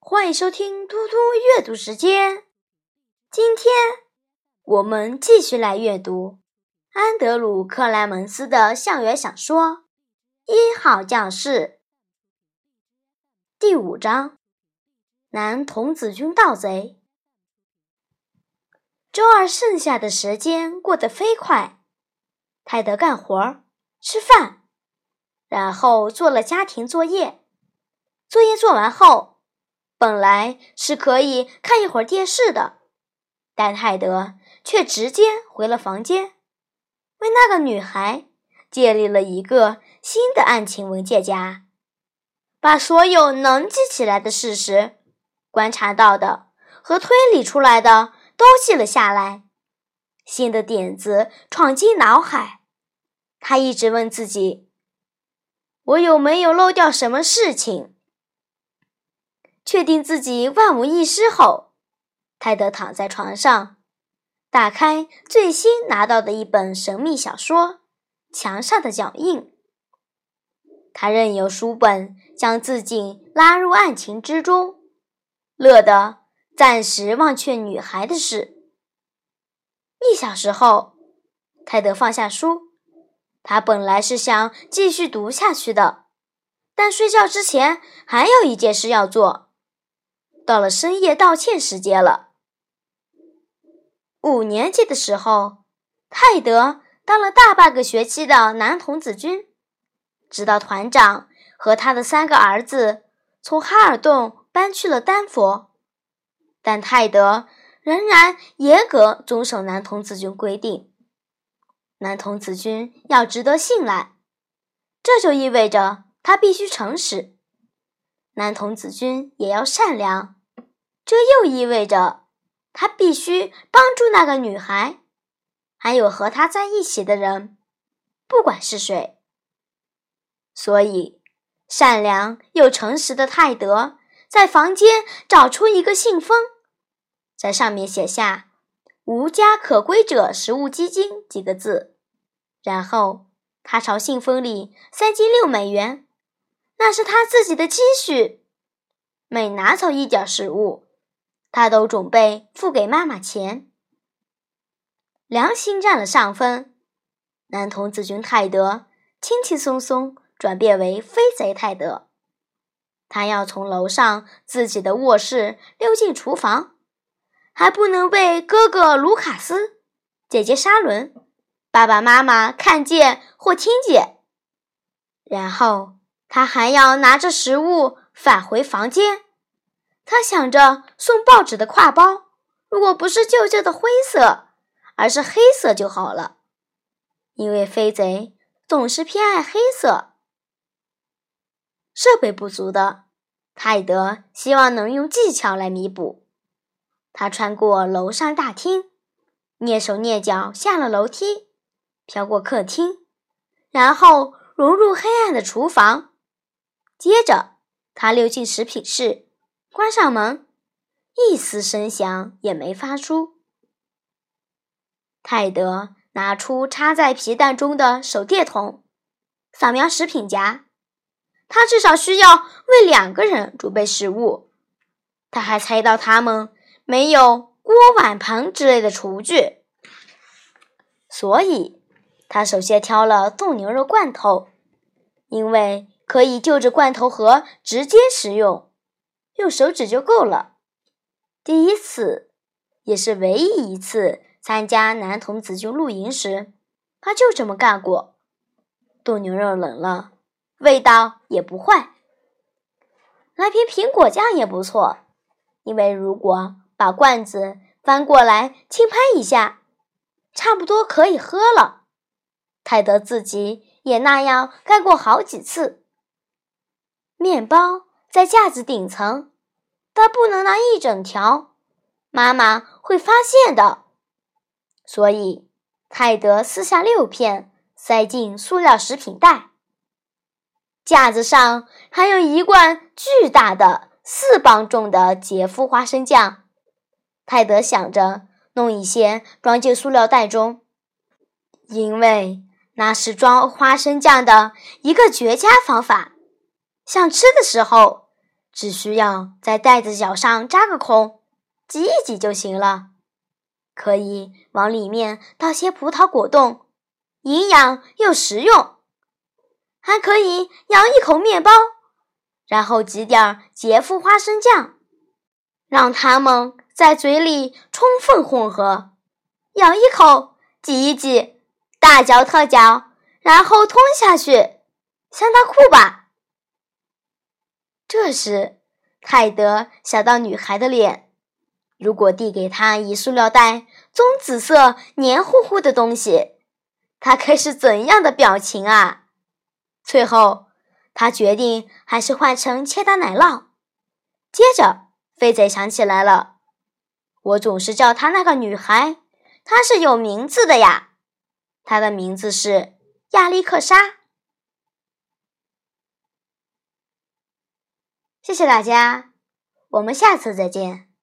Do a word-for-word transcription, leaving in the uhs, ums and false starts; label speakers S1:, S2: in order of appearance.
S1: 欢迎收听嘟嘟阅读时间。今天我们继续来阅读安德鲁·克莱门斯的校园小说《一号教室》第五章：男童子军盗贼。周二剩下的时间过得飞快，泰德干活、吃饭，然后做了家庭作业。作业做完后，本来是可以看一会儿电视的，但泰德却直接回了房间，为那个女孩建立了一个新的案情文件夹，把所有能记起来的事实、观察到的和推理出来的都记了下来。新的点子闯进脑海，他一直问自己：我有没有漏掉什么事情？确定自己万无一失后，泰德躺在床上，打开最新拿到的一本神秘小说《墙上的脚印》。他任由书本将自己拉入案情之中，乐得暂时忘却女孩的事。一小时后，泰德放下书，他本来是想继续读下去的，但睡觉之前还有一件事要做。到了深夜道歉时间了。五年级的时候，泰德当了大半个学期的男童子军，直到团长和他的三个儿子从哈尔顿搬去了丹佛，但泰德仍然严格遵守男童子军规定。男童子军要值得信赖，这就意味着他必须诚实。男童子军也要善良，这又意味着他必须帮助那个女孩，还有和她在一起的人，不管是谁。所以，善良又诚实的泰德在房间找出一个信封，在上面写下“无家可归者食物基金”几个字，然后他朝信封里塞进六美元，那是他自己的积蓄。每拿走一点食物，他都准备付给妈妈钱。良心占了上风，男童子军泰德轻轻松松转变为飞贼泰德。他要从楼上自己的卧室溜进厨房，还不能被哥哥卢卡斯、姐姐沙伦、爸爸妈妈看见或听见。然后他还要拿着食物返回房间。他想着送报纸的挎包，如果不是旧旧的灰色，而是黑色就好了，因为飞贼总是偏爱黑色。设备不足的泰德希望能用技巧来弥补。他穿过楼上大厅，蹑手蹑脚下了楼梯，飘过客厅，然后融入黑暗的厨房。接着他溜进食品室，关上门，一丝声响也没发出。泰德拿出插在皮带中的手电筒，扫描食品夹。他至少需要为两个人准备食物。他还猜到他们没有锅碗盆之类的厨具，所以他首先挑了冻牛肉罐头，因为可以就着罐头盒直接食用，用手指就够了。第一次，也是唯一一次参加男童子军露营时，他就这么干过。冻牛肉冷了，味道也不坏。来瓶苹果酱也不错，因为如果把罐子翻过来轻拍一下，差不多可以喝了。泰德自己也那样干过好几次。面包在架子顶层，但不能拿一整条，妈妈会发现的。所以泰德撕下六片，塞进塑料食品袋。架子上还有一罐巨大的四磅重的杰夫花生酱。泰德想着弄一些装进塑料袋中，因为那是装花生酱的一个绝佳方法。想吃的时候， 只需要在袋子角上扎个孔，挤一挤就行了。可以往里面倒些葡萄果冻，营养又实用。还可以咬一口面包，然后挤点洁肤花生酱，让它们在嘴里充分混合。咬一口，挤一挤，大嚼特嚼，然后吞下去，相当酷吧？这时，泰德想到女孩的脸，如果递给她一塑料袋棕紫色黏糊糊的东西，她该是怎样的表情啊？最后，他决定还是换成切达奶酪。接着，飞贼想起来了，我总是叫她那个女孩，她是有名字的呀，她的名字是亚历克莎。谢谢大家，我们下次再见。